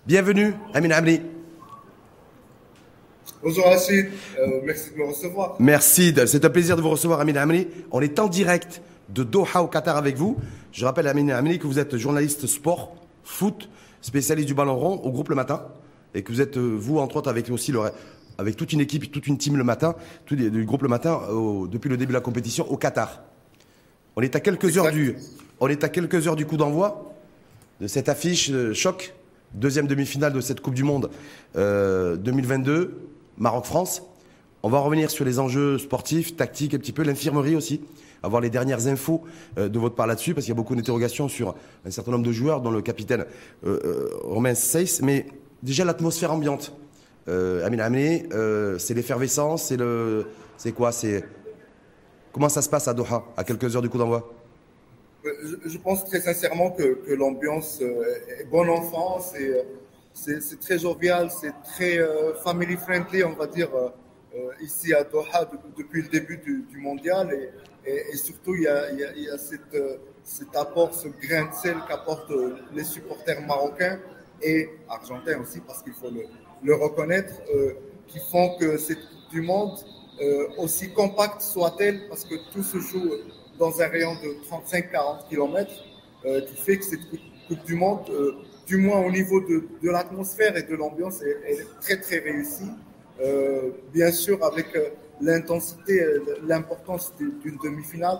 Bienvenue, Amin Amri. Bonjour Rachid, merci de me recevoir. Merci, c'est un plaisir de vous recevoir, Amin Amri. On est en direct de Doha au Qatar avec vous. Je rappelle, Amin Amri, que vous êtes journaliste sport, foot, spécialiste du ballon rond au groupe Le Matin, et que vous êtes, vous, entre autres, avec aussi avec toute une équipe, toute une team Le Matin, du groupe Le Matin, depuis le début de la compétition au Qatar. On est à quelques heures du coup d'envoi de cette affiche choc, deuxième demi-finale de cette Coupe du Monde 2022, Maroc-France. On va revenir sur les enjeux sportifs, tactiques, un petit peu l'infirmerie aussi, avoir les dernières infos de votre part là-dessus, parce qu'il y a beaucoup d'interrogations sur un certain nombre de joueurs, dont le capitaine Romain Saiss. Mais déjà l'atmosphère ambiante, Amin Amri, c'est l'effervescence, c'est quoi, comment ça se passe à Doha, à quelques heures du coup d'envoi? Je pense très sincèrement que l'ambiance est bon enfant, c'est très jovial, c'est très family friendly, on va dire, ici à Doha depuis le début du mondial. Et surtout, il y a cet apport, ce grain de sel qu'apportent les supporters marocains et argentins aussi, parce qu'il faut le reconnaître, qui font que cette Coupe du Monde, aussi compacte soit-elle, parce que tout se joue dans un rayon de 35-40 km, qui fait que cette Coupe du Monde, du moins au niveau de l'atmosphère et de l'ambiance, elle est très très réussie. Bien sûr, avec l'intensité, l'importance d'une demi-finale,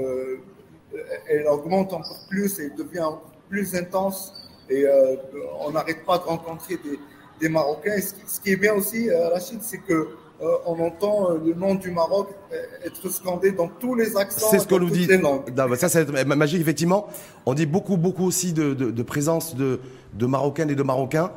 elle augmente encore plus et devient encore plus intense. Et on n'arrête pas de rencontrer des Marocains. Ce qui est bien aussi, Rachid, c'est que on entend le nom du Maroc être scandé dans tous les accents, c'est ce qu'on nous dit. Les langues. Non, ça, c'est magique, effectivement. On dit beaucoup aussi de présence de Marocaines et de Marocains.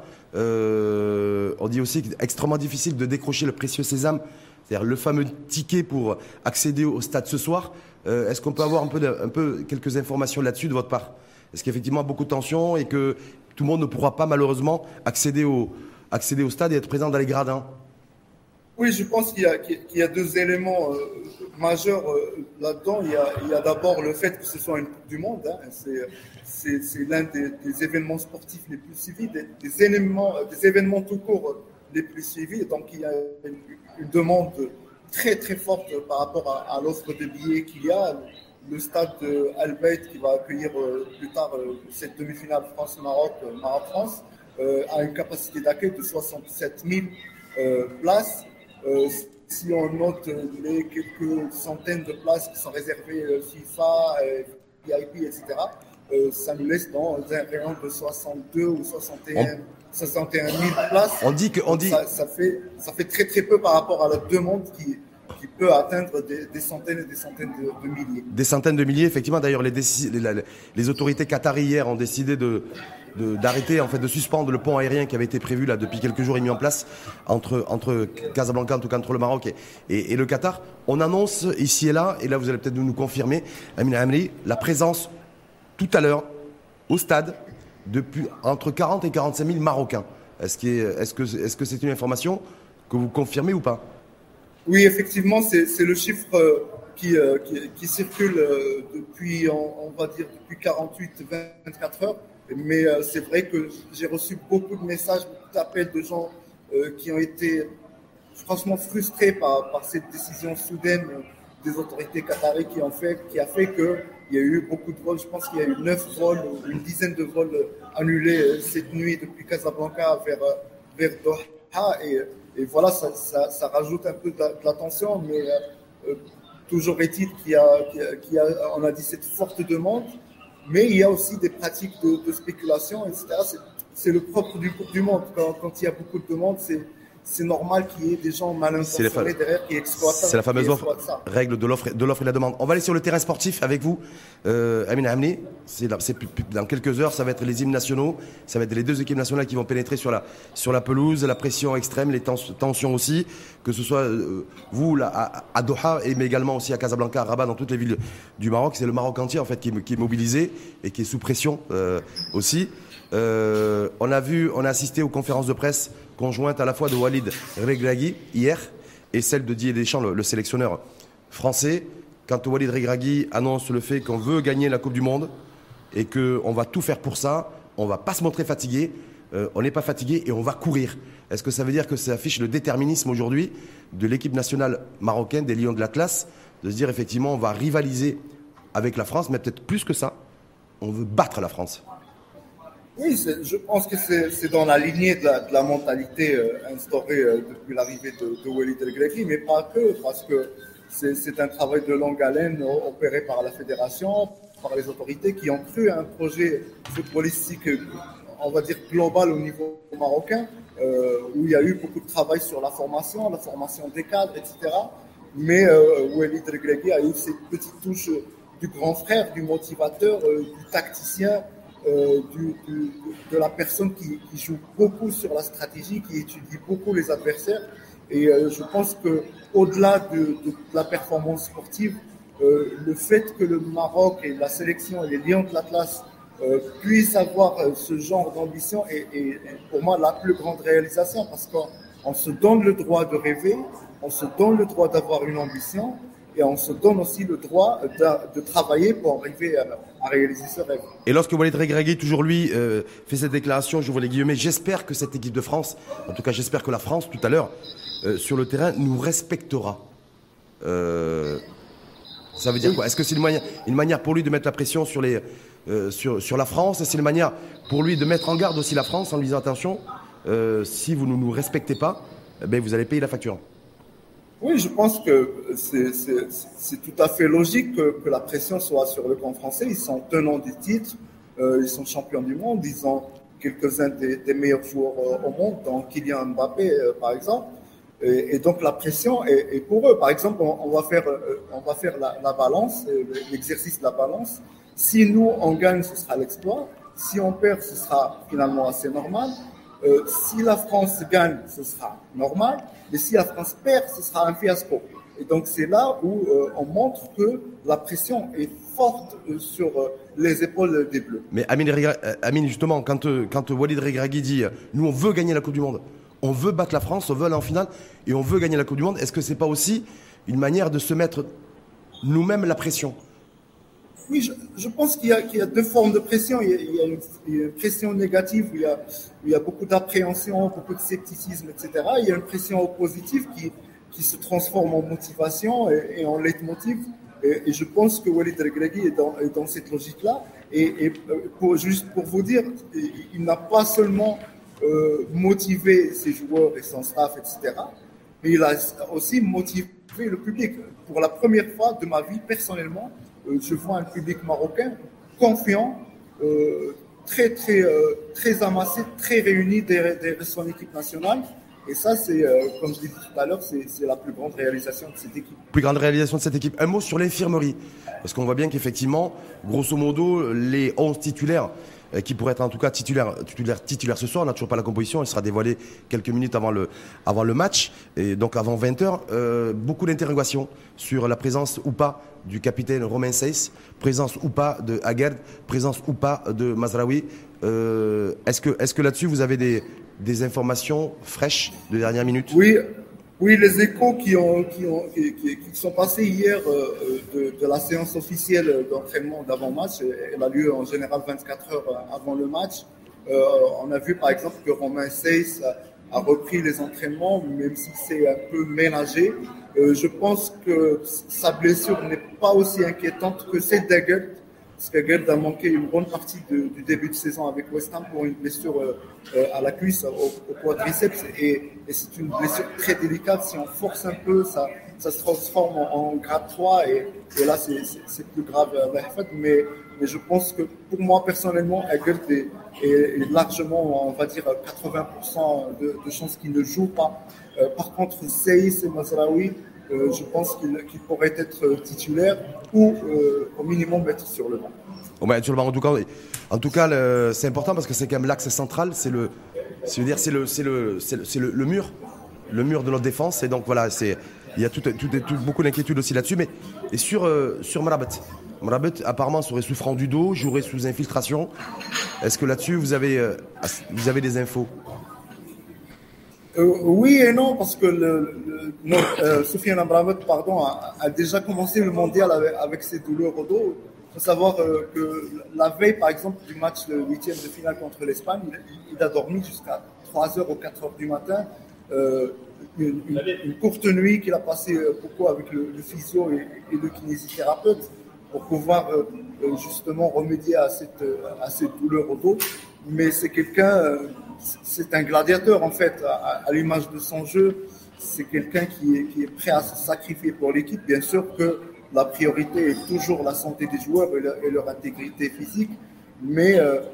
On dit aussi qu'il est extrêmement difficile de décrocher le précieux sésame, c'est-à-dire le fameux ticket pour accéder au stade ce soir. Est-ce qu'on peut avoir un peu quelques informations là-dessus de votre part? Est-ce qu'il y a effectivement beaucoup de tensions et que tout le monde ne pourra pas malheureusement accéder au stade et être présent dans les gradins? Oui, je pense qu'il y a deux éléments majeurs là-dedans. Il y a d'abord le fait que ce soit une Coupe du Monde. Hein. C'est l'un des événements sportifs les plus suivis, des événements tout court les plus suivis. Donc, il y a une demande très, très forte par rapport à l'offre de billets qu'il y a. Le stade Al Bayt qui va accueillir plus tard cette demi-finale France-Maroc, Maroc-France, a une capacité d'accueil de 67 000 places. Si on note les quelques centaines de places qui sont réservées FIFA, VIP, etc., ça nous laisse dans un rayon de 62 ou 61 000 places. Ça fait très très peu par rapport à la demande qui peut atteindre des centaines et des centaines de milliers. Des centaines de milliers, effectivement. D'ailleurs, les autorités qatari hier ont décidé d'arrêter, en fait, de suspendre le pont aérien qui avait été prévu là depuis quelques jours et mis en place entre Casablanca, en tout cas entre le Maroc et le Qatar. On annonce ici et là vous allez peut-être nous confirmer, Amin Amri, la présence tout à l'heure au stade depuis entre 40 et 45 000 Marocains. Est-ce que c'est une information que vous confirmez ou pas? Oui, effectivement, c'est le chiffre qui circule depuis, on va dire, depuis 48-24 heures. Mais c'est vrai que j'ai reçu beaucoup de messages, beaucoup d'appels de gens qui ont été franchement frustrés par cette décision soudaine des autorités qatari qui a fait qu'il y a eu beaucoup de vols. Je pense qu'il y a eu 9 vols ou une dizaine de vols annulés cette nuit depuis Casablanca vers Doha. Et voilà, ça rajoute un peu de la tension, mais toujours est-il on a dit cette forte demande, mais il y a aussi des pratiques de spéculation, etc. C'est le propre du Coupe du Monde. Quand il y a beaucoup de demandes, c'est normal qu'il y ait des gens mal intentionnés derrière qui exploitent ça. C'est la fameuse règle de l'offre et la demande. On va aller sur le terrain sportif avec vous, Amin Amri. Dans quelques heures, ça va être les hymnes nationaux. Ça va être les deux équipes nationales qui vont pénétrer sur la pelouse, la pression extrême, les tensions aussi. Que ce soit vous là, à Doha, mais également aussi à Casablanca, à Rabat, dans toutes les villes du Maroc. C'est le Maroc entier en fait qui est mobilisé et qui est sous pression aussi. On a assisté aux conférences de presse conjointes à la fois de Walid Regragui hier et celle de Didier Deschamps, le sélectionneur français. Quand Walid Regragui annonce le fait qu'on veut gagner la Coupe du Monde et qu'on va tout faire pour ça, on ne va pas se montrer fatigué. on n'est pas fatigué et on va courir. Est-ce que ça veut dire que ça affiche le déterminisme aujourd'hui de l'équipe nationale marocaine, des Lions de l'Atlas, de se dire effectivement on va rivaliser avec la France, mais peut-être plus que ça, on veut battre la France? Oui, je pense que c'est dans la lignée de la mentalité instaurée depuis l'arrivée de Walid Regragui, mais pas que, parce que c'est un travail de longue haleine opéré par la fédération, par les autorités qui ont cru à un projet footballistique, on va dire global au niveau marocain, où il y a eu beaucoup de travail sur la formation des cadres, etc. Mais Walid Regragui a eu cette petite touche du grand frère, du motivateur, du tacticien, de la personne qui joue beaucoup sur la stratégie, qui étudie beaucoup les adversaires. Et je pense qu'au-delà de la performance sportive, le fait que le Maroc et la sélection et les Lions de l'Atlas puissent avoir ce genre d'ambition est pour moi la plus grande réalisation, parce qu'on se donne le droit de rêver, on se donne le droit d'avoir une ambition, et on se donne aussi le droit de travailler pour arriver à réaliser ce rêve. Et lorsque Walid Regragui, toujours lui, fait cette déclaration, j'ouvre les guillemets, j'espère que cette équipe de France, en tout cas j'espère que la France tout à l'heure, sur le terrain, nous respectera. Ça veut dire quoi? Est-ce que c'est une manière pour lui de mettre la pression sur la France? C'est une manière pour lui de mettre en garde aussi la France en lui disant attention, si vous ne nous respectez pas, ben vous allez payer la facture? Oui, je pense que c'est tout à fait logique que la pression soit sur le camp français. Ils sont tenants du titre, ils sont champions du monde, ils ont quelques-uns des meilleurs joueurs au monde, dont Kylian Mbappé par exemple. Et donc la pression est pour eux. Par exemple, on va faire la balance, l'exercice de la balance. Si nous on gagne, ce sera l'exploit. Si on perd, ce sera finalement assez normal. Si la France gagne, ce sera normal, mais si la France perd, ce sera un fiasco. Et donc c'est là où on montre que la pression est forte sur les épaules des Bleus. Mais Amine, justement, quand Walid Regragui dit « Nous, on veut gagner la Coupe du Monde, on veut battre la France, on veut aller en finale, et on veut gagner la Coupe du Monde », est-ce que c'est pas aussi une manière de se mettre nous-mêmes la pression? Oui, je pense qu'il y a deux formes de pression. Il y a une pression négative où il y a beaucoup d'appréhension, beaucoup de scepticisme, etc. Il y a une pression positive qui se transforme en motivation et en leitmotiv. Et je pense que Walid Regragui est dans cette logique-là. Et juste pour vous dire, il n'a pas seulement motivé ses joueurs et son staff, etc. Mais il a aussi motivé le public. Pour la première fois de ma vie, personnellement, je vois un public marocain confiant, très amassé, très réuni derrière son équipe nationale. Et ça, c'est, comme je l'ai dit tout à l'heure, c'est la plus grande réalisation de cette équipe. Plus grande réalisation de cette équipe. Un mot sur l'infirmerie. Parce qu'on voit bien qu'effectivement, grosso modo, les 11 titulaires, qui pourraient être en tout cas titulaires ce soir, on n'a toujours pas la composition, elle sera dévoilée quelques minutes avant le match, et donc avant 20h. Beaucoup d'interrogations sur la présence ou pas du capitaine Romain Saiss, présence ou pas de Aguerd, présence ou pas de Mazraoui. Est-ce que là-dessus vous avez des informations fraîches de dernière minute? Oui, les échos qui sont passés hier de la séance officielle d'entraînement d'avant-match, elle a lieu en général 24 heures avant le match. On a vu par exemple que Romain Saiss a repris les entraînements, même si c'est un peu ménagé. Je pense que sa blessure n'est pas aussi inquiétante que celle d'Aguerd, parce qu'Aguerd a manqué une bonne partie du début de saison avec West Ham pour une blessure à la cuisse, au quadriceps, et c'est une blessure très délicate. Si on force un peu, ça se transforme en grade 3, et là c'est plus grave, mais je pense que pour moi personnellement, Aguerd est largement, on va dire 80% de chances qu'il ne joue pas. Par contre, Saiss et Mazraoui, je pense qu'il pourrait être titulaire ou au minimum être sur le banc. Sur le banc, en tout cas, c'est important parce que c'est quand même l'axe central, c'est le mur de notre défense, et donc voilà, il y a beaucoup d'inquiétudes aussi là-dessus. Mais et sur Mrabat, apparemment serait souffrant du dos, jouerait sous infiltration. Est-ce que là-dessus vous avez des infos? Oui et non, parce que Soufiane Amrabat, a déjà commencé le mondial avec ses douleurs au dos. Il faut savoir que la veille, par exemple, du match de huitième de finale contre l'Espagne, il a dormi jusqu'à 3h ou 4h du matin. Une courte nuit qu'il a passé beaucoup avec le physio et le kinésithérapeute pour pouvoir justement remédier à cette douleur au dos. Mais c'est quelqu'un, c'est un gladiateur en fait, à l'image de son jeu. C'est quelqu'un qui est prêt à se sacrifier pour l'équipe. Bien sûr que la priorité est toujours la santé des joueurs et leur intégrité physique, mais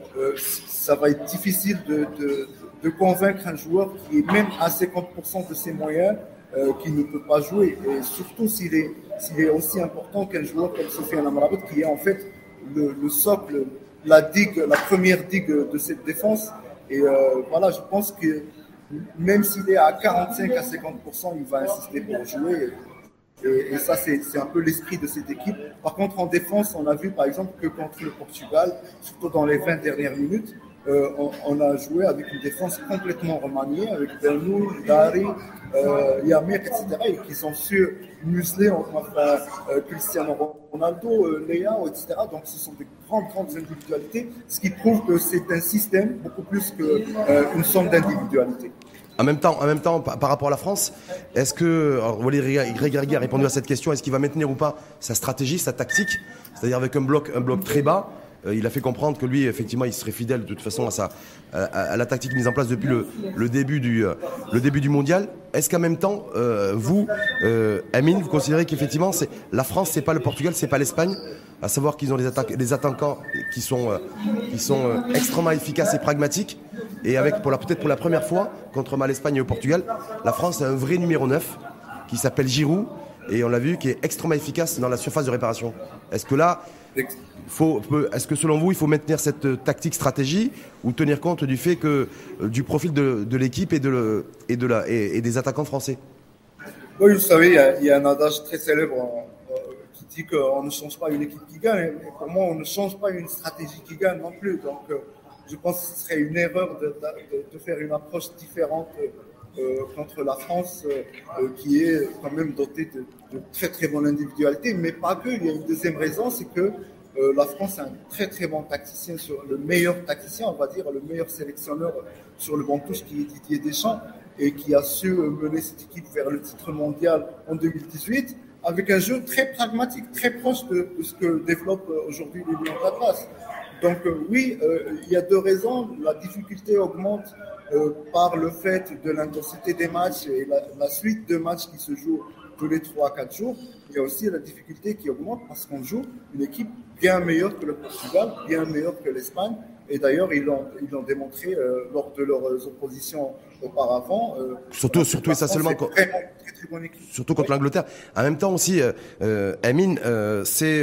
ça va être difficile de convaincre un joueur qui est même à 50% de ses moyens qui ne peut pas jouer, et surtout s'il est aussi important qu'un joueur comme Sofiane Amrabat, qui est en fait le socle, la première digue de cette défense. Et voilà, je pense que même s'il est à 45 à 50%, il va insister pour jouer. Et ça, c'est un peu l'esprit de cette équipe. Par contre, en défense, on a vu par exemple que contre le Portugal, surtout dans les 20 dernières minutes, on a joué avec une défense complètement remaniée, avec Bernou, Dari, Yamir, etc. Et qu'ils ont su museler Cristiano Ronaldo, Léao, etc. Donc ce sont des grandes individualités, ce qui prouve que c'est un système beaucoup plus qu'une somme d'individualités. En même temps, par rapport à la France, est-ce que Walid Regragui a répondu à cette question, est-ce qu'il va maintenir ou pas sa stratégie, sa tactique, c'est-à-dire avec un bloc très bas? Il a fait comprendre que lui, effectivement, il serait fidèle de toute façon à la tactique mise en place depuis le début du mondial. Est-ce qu'en même temps, vous, Amine, vous considérez qu'effectivement, la France, c'est pas le Portugal, c'est pas l'Espagne, à savoir qu'ils ont des attaquants qui sont extrêmement efficaces et pragmatiques, et avec peut-être pour la première fois contre l'Espagne et au Portugal, la France a un vrai numéro 9 qui s'appelle Giroud, et on l'a vu, qui est extrêmement efficace dans la surface de réparation. Est-ce que là, est-ce que selon vous, il faut maintenir cette tactique stratégie ou tenir compte du fait que du profil de l'équipe et des attaquants français? Oui, vous savez, il y a un adage très célèbre qui dit qu'on ne change pas une équipe qui gagne. Et pour moi, on ne change pas une stratégie qui gagne non plus. Donc, je pense que ce serait une erreur de faire une approche différente contre la France, qui est quand même dotée de très bonne individualité, mais pas que. Il y a une deuxième raison, c'est que la France a un très bon tacticien, le meilleur tacticien, on va dire, le meilleur sélectionneur sur le banc touche, qui est Didier Deschamps, et qui a su mener cette équipe vers le titre mondial en 2018, avec un jeu très pragmatique, très proche de ce que développe aujourd'hui les Lions d'Atlas. Donc oui, il y a deux raisons. La difficulté augmente par le fait de l'intensité des matchs et la suite de matchs qui se jouent tous les 3-4 jours. Il y a aussi la difficulté qui augmente parce qu'on joue une équipe bien meilleure que le Portugal, bien meilleure que l'Espagne. Et d'ailleurs, ils l'ont démontré lors de leurs oppositions auparavant. Surtout essentiellement très bonne équipe. Surtout contre l'Angleterre. En même temps aussi, Amine, c'est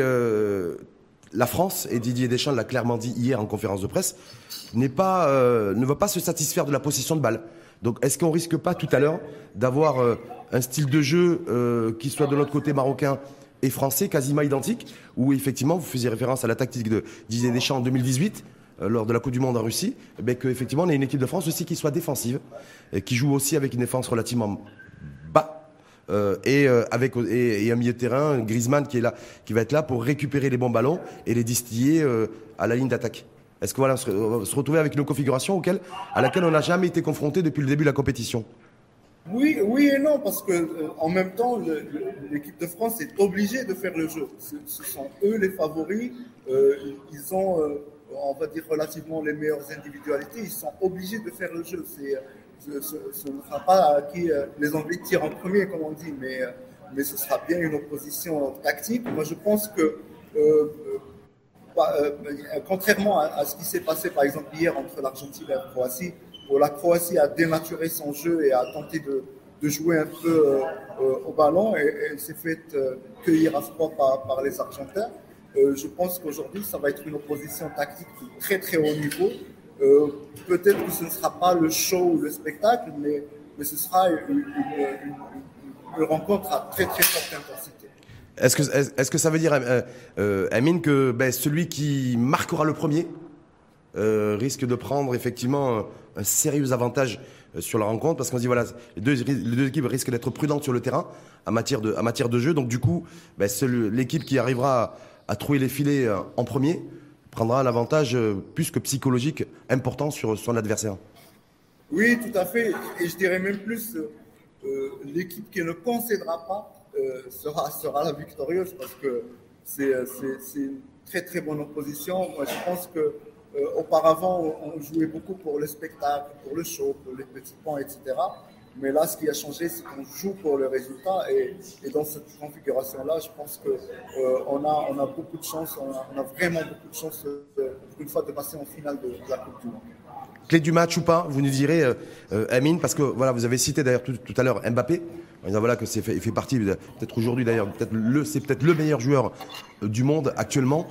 la France, et Didier Deschamps l'a clairement dit hier en conférence de presse, ne va pas se satisfaire de la possession de balle. Donc est-ce qu'on risque pas tout à l'heure d'avoir un style de jeu qui soit de l'autre côté marocain et français quasiment identique, où effectivement vous faisiez référence à la tactique de Didier Deschamps en 2018 lors de la Coupe du Monde en Russie, qu'effectivement on ait une équipe de France aussi qui soit défensive, qui joue aussi avec une défense relativement bas, et un milieu de terrain, Griezmann qui va être là pour récupérer les bons ballons et les distiller à la ligne d'attaque. Est-ce que voilà, on va se retrouver avec une configuration à laquelle on n'a jamais été confronté depuis le début de la compétition? Oui et non, parce que en même temps, l'équipe de France est obligée de faire le jeu. Ce sont eux les favoris. Ils ont, on va dire, relativement les meilleures individualités. Ils sont obligés de faire le jeu. Ce ne sera pas à qui les Anglais tirent en premier, comme on dit, mais ce sera bien une opposition tactique. Moi, je pense que contrairement à ce qui s'est passé par exemple hier entre l'Argentine et la Croatie, où la Croatie a dénaturé son jeu et a tenté de jouer un peu au ballon, et elle s'est fait cueillir à froid par les Argentins. Je pense qu'aujourd'hui ça va être une opposition tactique de très haut niveau. Peut-être que ce ne sera pas le show ou le spectacle, mais ce sera une rencontre à très forte intensité. Est-ce que ça veut dire, Amine, que celui qui marquera le premier risque de prendre effectivement un sérieux avantage sur la rencontre, parce qu'on se dit voilà, les deux équipes risquent d'être prudentes sur le terrain en matière de jeu, donc du coup l'équipe qui arrivera à trouver les filets en premier, prendra un avantage plus que psychologique important sur son adversaire. Oui, tout à fait. Et je dirais même plus, l'équipe qui ne concédera pas sera la victorieuse parce que c'est une très très bonne opposition. Moi, je pense que auparavant, on jouait beaucoup pour le spectacle, pour le show, pour les petits points, etc. Mais là, ce qui a changé, c'est qu'on joue pour le résultat. Et dans cette configuration-là, je pense qu'on a beaucoup de chance, on a vraiment beaucoup de chance, une fois, de passer en finale de la Coupe du Monde. Clé du match ou pas, vous nous direz, Amine, parce que voilà, vous avez cité d'ailleurs tout à l'heure Mbappé. En disant voilà que il fait partie, peut-être aujourd'hui d'ailleurs, c'est peut-être le meilleur joueur du monde actuellement.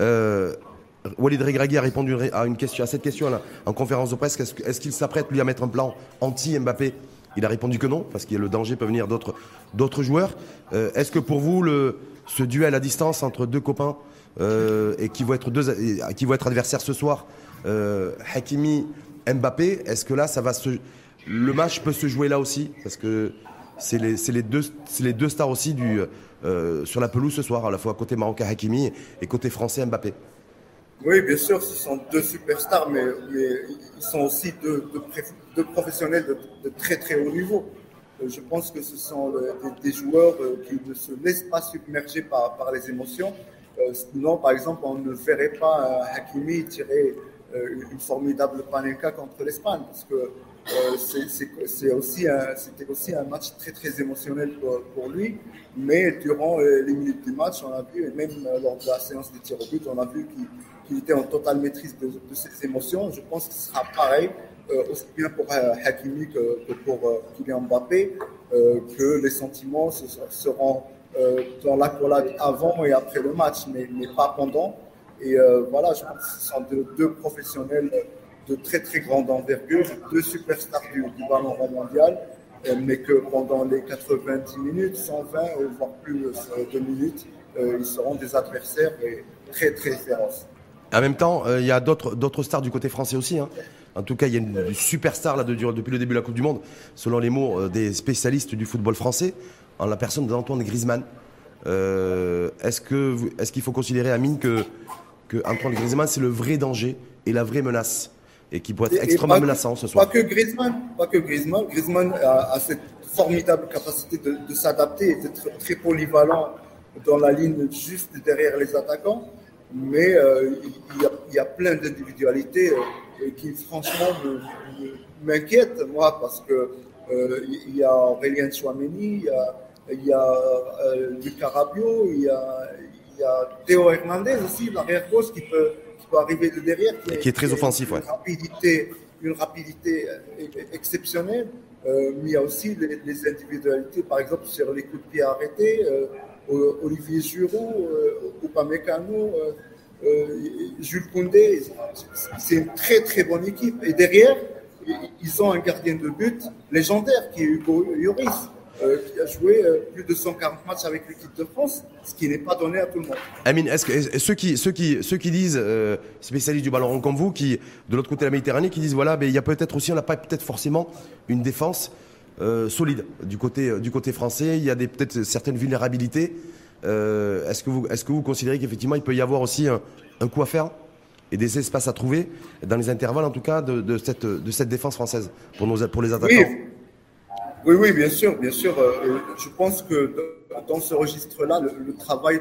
Walid Regragui a répondu à cette question-là en conférence de presse. Est-ce qu'il s'apprête lui à mettre un plan anti-Mbappé? Il a répondu que non, parce que le danger peut venir d'autres joueurs. Est-ce que pour vous, ce duel à distance entre deux copains et qui vont être adversaires ce soir, Hakimi, Mbappé, est-ce que là, le match peut se jouer là aussi? Parce que c'est les deux stars aussi sur la pelouse ce soir, à la fois côté marocain Hakimi et côté français Mbappé. Oui, bien sûr, ce sont deux superstars, mais ils sont aussi deux professionnels de très très haut niveau. Je pense que ce sont des joueurs qui ne se laissent pas submerger par les émotions. Sinon, par exemple, on ne verrait pas Hakimi tirer une formidable panenka contre l'Espagne, parce que c'était aussi un match très très émotionnel pour lui. Mais durant les minutes du match, on a vu, et même lors de la séance des tirs au but, on a vu qu'il était en totale maîtrise de ses émotions. Je pense que ce sera pareil, aussi bien pour Hakimi que pour Kylian Mbappé, que les sentiments seront dans l'accolade avant et après le match, mais pas pendant. Et voilà, je pense que ce sont deux professionnels de très très grande envergure, deux superstars du ballon rond mondial, mais que pendant les 90 minutes, 120 voire plus de minutes, ils seront des adversaires très très féroces. En même temps, il y a d'autres stars du côté français aussi. Hein. En tout cas, il y a une superstar là, depuis le début de la Coupe du Monde, selon les mots des spécialistes du football français, en la personne d'Antoine Griezmann. Est-ce qu'il faut considérer, Amine, que Antoine Griezmann, c'est le vrai danger et la vraie menace, et qui pourrait être extrêmement menaçant ce soir? Pas que Griezmann. Griezmann a cette formidable capacité de s'adapter et d'être très polyvalent dans la ligne juste derrière les attaquants. Mais il y a plein d'individualités qui franchement m'inquiètent, moi, parce que il y a Aurélien Tchouaméni, il y a Lucas Rabiot, il y a Théo Hernandez aussi, l'arrière-gauche qui peut arriver de derrière. Qui est très offensif, ouais. Une rapidité exceptionnelle, mais il y a aussi les individualités, par exemple sur les coups de pied arrêtés, Olivier Giroud, Upamecano, Jules Koundé. C'est une très très bonne équipe. Et derrière, ils ont un gardien de but légendaire qui est Hugo Lloris, qui a joué plus de 140 matchs avec l'équipe de France, ce qui n'est pas donné à tout le monde. Amine, est-ce que ceux qui disent, spécialistes du ballon rond comme vous, qui de l'autre côté de la Méditerranée, qui disent voilà, mais il y a peut-être aussi, on n'a pas peut-être forcément une défense solide du côté français, il y a peut-être certaines vulnérabilités. Est-ce que vous considérez qu'effectivement il peut y avoir aussi un coup à faire et des espaces à trouver dans les intervalles, en tout cas, de cette défense française pour les attaquants? Oui, bien sûr. Je pense que dans ce registre-là, le travail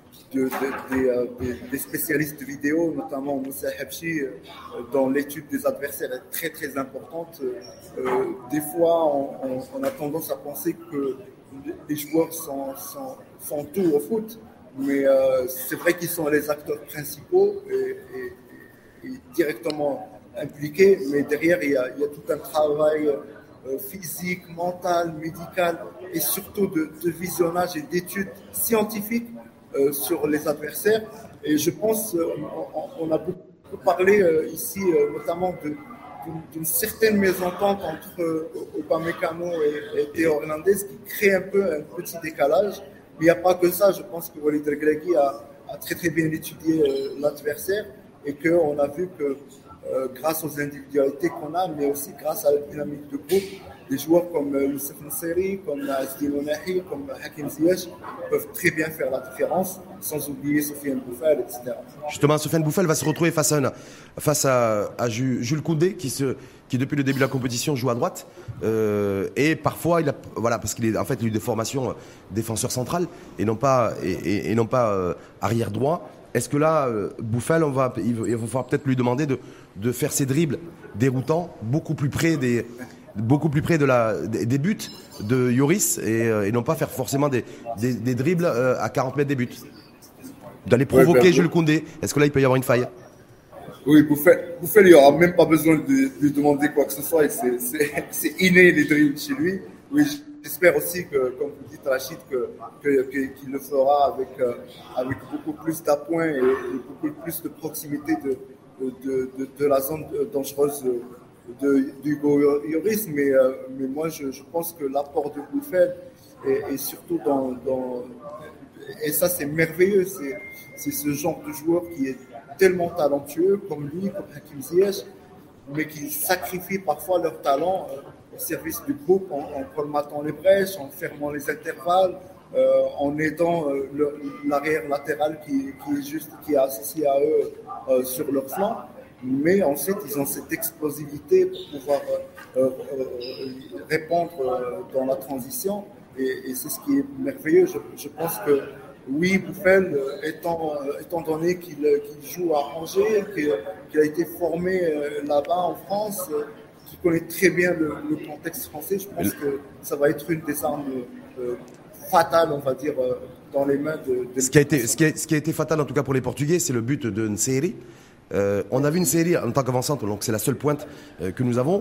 des spécialistes vidéo, notamment Moussa Habchi, dans l'étude des adversaires est très très importante. Des fois, on a tendance à penser que les joueurs font tout au foot, mais c'est vrai qu'ils sont les acteurs principaux et directement impliqués, mais derrière, il y a tout un travail physique, mental, médical et surtout de visionnage et d'études scientifiques sur les adversaires. Et je pense, on a beaucoup parlé ici, notamment d'une certaine mésentente entre Upamecano et Théo Hernandez qui crée un petit décalage. Mais il n'y a pas que ça. Je pense que Walid Regragui a très très bien étudié l'adversaire et qu'on a vu que grâce aux individualités qu'on a, mais aussi grâce à la dynamique de groupe, des joueurs comme Youssef Nseri, comme Azdin Onahi, comme Hakim Ziyech peuvent très bien faire la différence, sans oublier Sofiane Boufal, etc. Justement, Sofiane Boufal va se retrouver face à Jules Koundé, qui depuis le début de la compétition joue à droite. Et parfois, parce qu'il est en fait il a eu des formations défenseur central et non pas arrière droit. Est-ce que là, Boufal, il va falloir peut-être lui demander de faire ses dribbles déroutants beaucoup plus près des buts de Yoris et non pas faire forcément des dribbles à 40 mètres des buts. D'aller provoquer Jules Koundé. Est-ce que là, il peut y avoir une faille? Oui, Boufal, il n'y aura même pas besoin de lui demander quoi que ce soit. C'est inné les dribbles chez lui. Oui, j'espère aussi que, comme vous dites, Rachid, qu'il le fera avec beaucoup plus d'appoint et beaucoup plus de proximité de la zone dangereuse d'Hugo Lloris. Mais moi, je pense que l'apport de Boufal est surtout et ça, c'est merveilleux. C'est ce genre de joueur qui est tellement talentueux, comme lui, comme Hakim Ziyech, mais qui sacrifient parfois leur talent au service du groupe en colmatant les brèches, en fermant les intervalles, en aidant l'arrière latéral qui est associé à eux sur leur flanc. Mais ensuite, ils ont cette explosivité pour pouvoir répondre dans la transition. Et c'est ce qui est merveilleux. Je pense que oui, Boufal, étant donné qu'il joue à Angers, qu'il a été formé là-bas en France, qu'il connaît très bien le contexte français, je pense que ça va être une des armes fatales, on va dire, dans les mains de ce qui a été fatal, en tout cas pour les Portugais, c'est le but de Nseri. On a vu une série en tant qu'avançante, donc c'est la seule pointe que nous avons.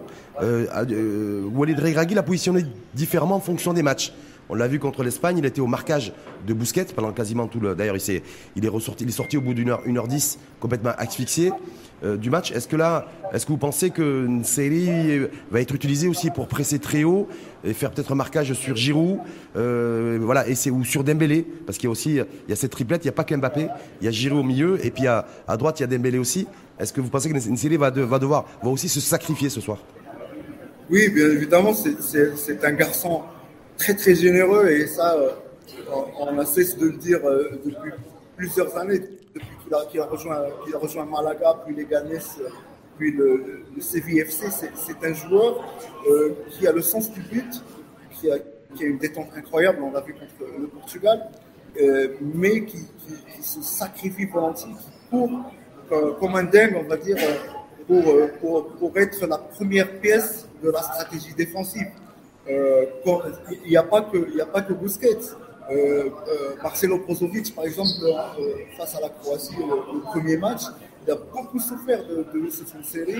Walid Regragui l'a positionné différemment en fonction des matchs. On l'a vu contre l'Espagne, il était au marquage de Busquets pendant quasiment tout le. D'ailleurs, il est sorti au bout d'une heure, 1h10, complètement asphyxié du match. Est-ce que vous pensez que Nseri va être utilisé aussi pour presser très haut et faire peut-être un marquage sur Giroud, ou sur Dembélé, parce qu'il y a cette triplette, il n'y a pas qu'Mbappé, il y a Giroud au milieu et puis à droite il y a Dembélé aussi. Est-ce que vous pensez que Nseri va aussi se sacrifier ce soir? Oui, bien évidemment, c'est un garçon très très généreux et ça, on ne cesse de le dire depuis plusieurs années, depuis qu'il a rejoint Malaga, puis les Ganes, puis le CVFC. C'est un joueur qui a le sens du but, qui a une détente incroyable, on l'a vu contre le Portugal, mais qui se sacrifie volontiers, qui court comme un dingue, on va dire, pour être la première pièce de la stratégie défensive. Il n'y a pas que Busquets. Marcelo Brozovic, par exemple, face à la Croatie, le premier match, il a beaucoup souffert de Youssef Nseri.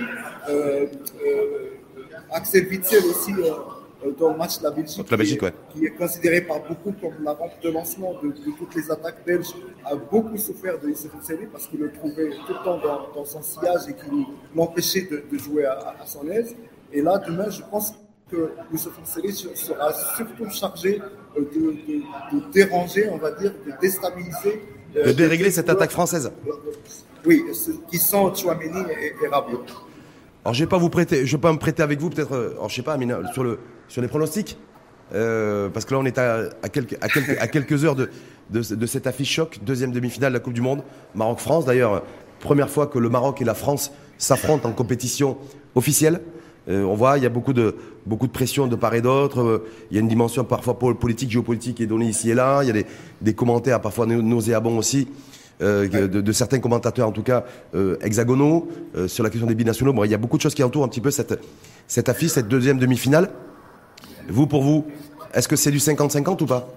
Axel Witsel aussi, dans le match de la Belgique, qui est considéré par beaucoup comme la rampe de lancement de toutes les attaques belges, a beaucoup souffert de Youssef Nseri parce qu'il le trouvait tout le temps dans son sillage et qu'il l'empêchait de jouer à son aise. Et là, demain, je pense que Youssef Nseri sera surtout chargé de déranger, on va dire, de déstabiliser. De dérégler cette attaque française. Oui, qui sont Tchouaméni et Rabiot. Alors je vais pas me prêter avec vous peut-être, alors, je sais pas, Amina, sur les pronostics, parce que là on est à quelques heures de cette affiche choc, deuxième demi-finale de la Coupe du Monde, Maroc-France. D'ailleurs, première fois que le Maroc et la France s'affrontent en compétition officielle. On voit, il y a beaucoup de pression de part et d'autre. Il y a une dimension parfois politique, géopolitique qui est donnée ici et là. Il y a des commentaires parfois nauséabonds aussi. De certains commentateurs en tout cas hexagonaux sur la question des binationaux. Bon, il y a beaucoup de choses qui entourent un petit peu cette affiche, cette deuxième demi-finale. Pour vous, est-ce que c'est du 50-50 ou pas?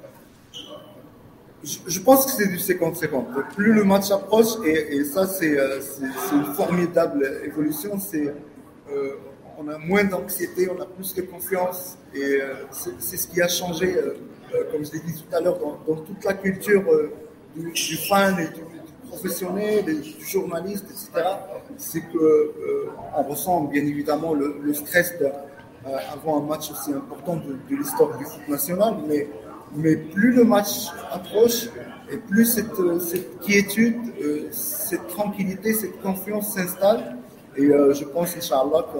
Je pense que c'est du 50-50. Plus le match approche, et ça c'est une formidable évolution, on a moins d'anxiété, on a plus de confiance, et c'est ce qui a changé, comme je l'ai dit tout à l'heure, dans toute la culture du fan et du professionnel, et du journaliste, etc. C'est qu'on ressent bien évidemment le stress avant un match aussi important de l'histoire du foot national, mais plus le match approche, et plus cette quiétude, cette tranquillité, cette confiance s'installe. Et je pense, Inch'Allah,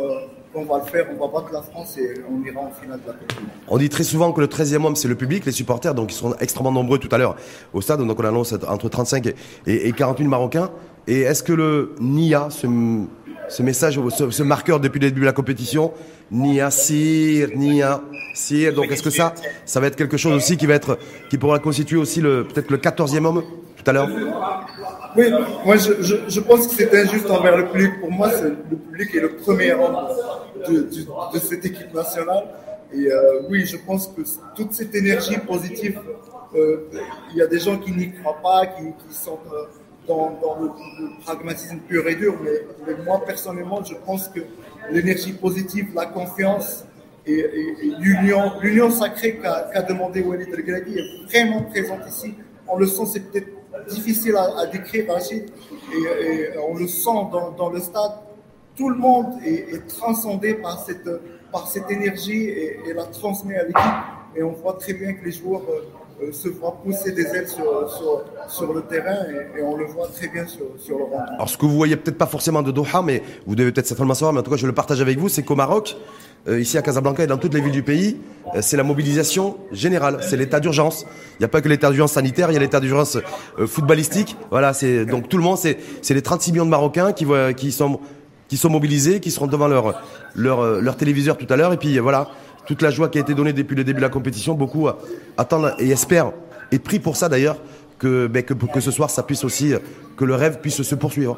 qu'on va le faire, on va battre la France et on ira en finale de la Coupe du Monde. On dit très souvent que le 13e homme, c'est le public, les supporters, donc ils seront extrêmement nombreux tout à l'heure au stade. Donc on annonce entre 35 et 40 000 Marocains. Et est-ce que le Nia, ce message, ce marqueur depuis le début de la compétition, Nia, Sir, donc est-ce que ça va être quelque chose aussi qui pourra constituer aussi peut-être le 14e homme tout à l'heure? Oui, moi je pense que c'est injuste envers le public. Pour moi, le public est le premier homme de cette équipe nationale. Et oui, je pense que toute cette énergie positive, il y a des gens qui n'y croient pas, qui sont dans le pragmatisme pur et dur. Mais moi, personnellement, je pense que l'énergie positive, la confiance et l'union sacrée qu'a demandé Walid Regragui est vraiment présente ici. On le sent, c'est peut-être difficile à décrire, Rachid, et on le sent dans le stade. Tout le monde est transcendé par cette énergie et la transmet à l'équipe. Et on voit très bien que les joueurs se voient pousser des ailes sur le terrain et on le voit très bien sur le rond. Alors ce que vous voyez peut-être pas forcément de Doha, mais vous devez peut-être certainement savoir, mais en tout cas je le partage avec vous, c'est qu'au Maroc, ici à Casablanca et dans toutes les villes du pays, c'est la mobilisation générale, c'est l'état d'urgence. Il n'y a pas que l'état d'urgence sanitaire, il y a l'état d'urgence footballistique. Voilà, donc tout le monde, c'est les 36 millions de Marocains qui sont mobilisés, qui seront devant leur téléviseur tout à l'heure. Et puis voilà, toute la joie qui a été donnée depuis le début de la compétition, beaucoup attendent et espèrent, et prient pour ça d'ailleurs, que ce soir, ça puisse aussi, que le rêve puisse se poursuivre.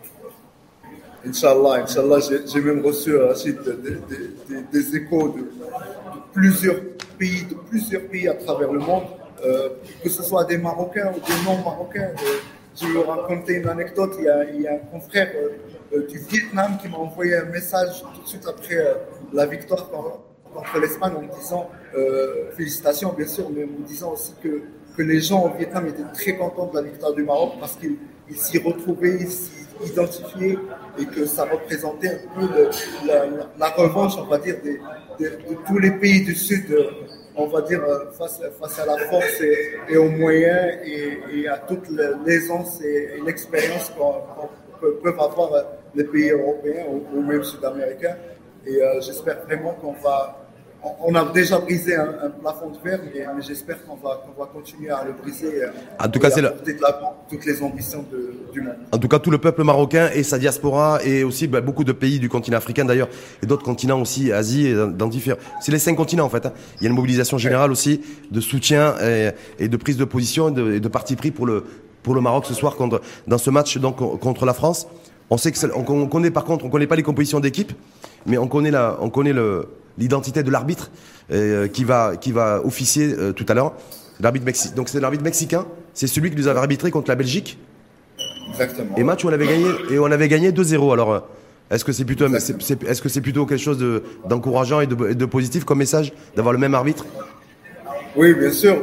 Inch'Allah, j'ai même reçu Rachid, des échos de plusieurs pays à travers le monde, que ce soit des Marocains ou des non-Marocains. Je vais vous raconter une anecdote. Il y a un confrère du Vietnam qui m'a envoyé un message tout de suite après la victoire contre l'Espagne en me disant félicitations bien sûr, mais en me disant aussi que les gens au Vietnam étaient très contents de la victoire du Maroc parce qu'ils s'y retrouvaient, ils s'y identifiaient et que ça représentait un peu la revanche, on va dire, de tous les pays du Sud, on va dire, face à la force et aux moyens et à toute l'aisance et l'expérience que peuvent avoir les pays européens ou même sud-américains. Et j'espère vraiment on a déjà brisé un plafond de verre, mais j'espère qu'on va continuer à le briser. En tout cas, c'est toutes les ambitions du monde. En tout cas, tout le peuple marocain et sa diaspora et aussi beaucoup de pays du continent africain d'ailleurs et d'autres continents aussi, Asie, et dans différents. C'est les 5 continents en fait. Il y a une mobilisation générale aussi de soutien et de prise de position et de parti pris pour le Maroc ce soir dans ce match donc contre la France. On sait on connaît par contre, on connaît pas les compositions d'équipe, mais on connaît l'identité de l'arbitre qui va officier tout à l'heure. Donc c'est l'arbitre mexicain, c'est celui qui nous avait arbitré contre la Belgique. Exactement. Et match où on avait gagné 2-0. Alors est-ce que c'est plutôt quelque chose d'encourageant et de positif comme message d'avoir le même arbitre? Oui, bien sûr.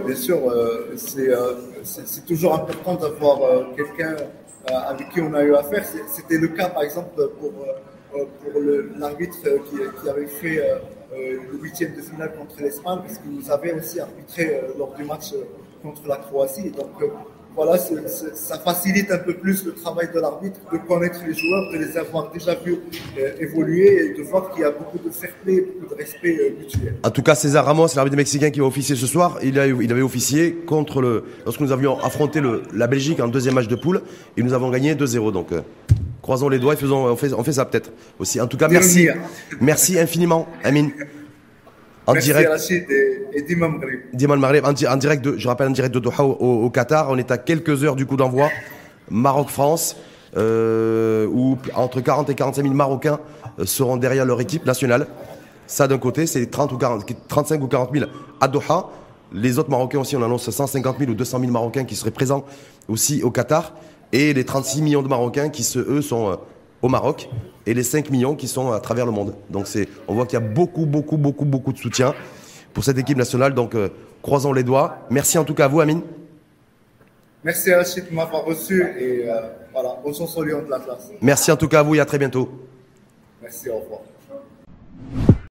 C'est toujours important d'avoir quelqu'un avec qui on a eu affaire. C'était le cas par exemple pour l'arbitre qui avait fait le 8e de finale contre l'Espagne, parce qu'il nous avait aussi arbitré lors du match contre la Croatie. Donc voilà, ça facilite un peu plus le travail de l'arbitre, de connaître les joueurs, de les avoir déjà vus évoluer et de voir qu'il y a beaucoup de fair play, beaucoup de respect mutuel. En tout cas, César Ramos, l'arbitre mexicain qui va officier ce soir, il avait officié lorsque nous avions affronté la Belgique en deuxième match de poule et nous avons gagné 2-0. Donc croisons les doigts et on fait ça peut-être aussi. En tout cas, merci infiniment, Amine. Merci Rachid et Diman Maghreb. En direct je rappelle en direct de Doha au Qatar. On est à quelques heures du coup d'envoi. Maroc-France, où entre 40 et 45 000 Marocains seront derrière leur équipe nationale. Ça d'un côté, c'est 35 ou 40 000 à Doha. Les autres Marocains aussi, on annonce 150 000 ou 200 000 Marocains qui seraient présents aussi au Qatar. Et les 36 millions de Marocains qui, eux, sont au Maroc. Et les 5 millions qui sont à travers le monde. Donc on voit qu'il y a beaucoup de soutien pour cette équipe nationale. Donc croisons les doigts. Merci en tout cas à vous, Amine. Merci Rachid de m'avoir reçu et voilà, bonne chance au Lion de la classe. Merci en tout cas à vous et à très bientôt. Merci, au revoir.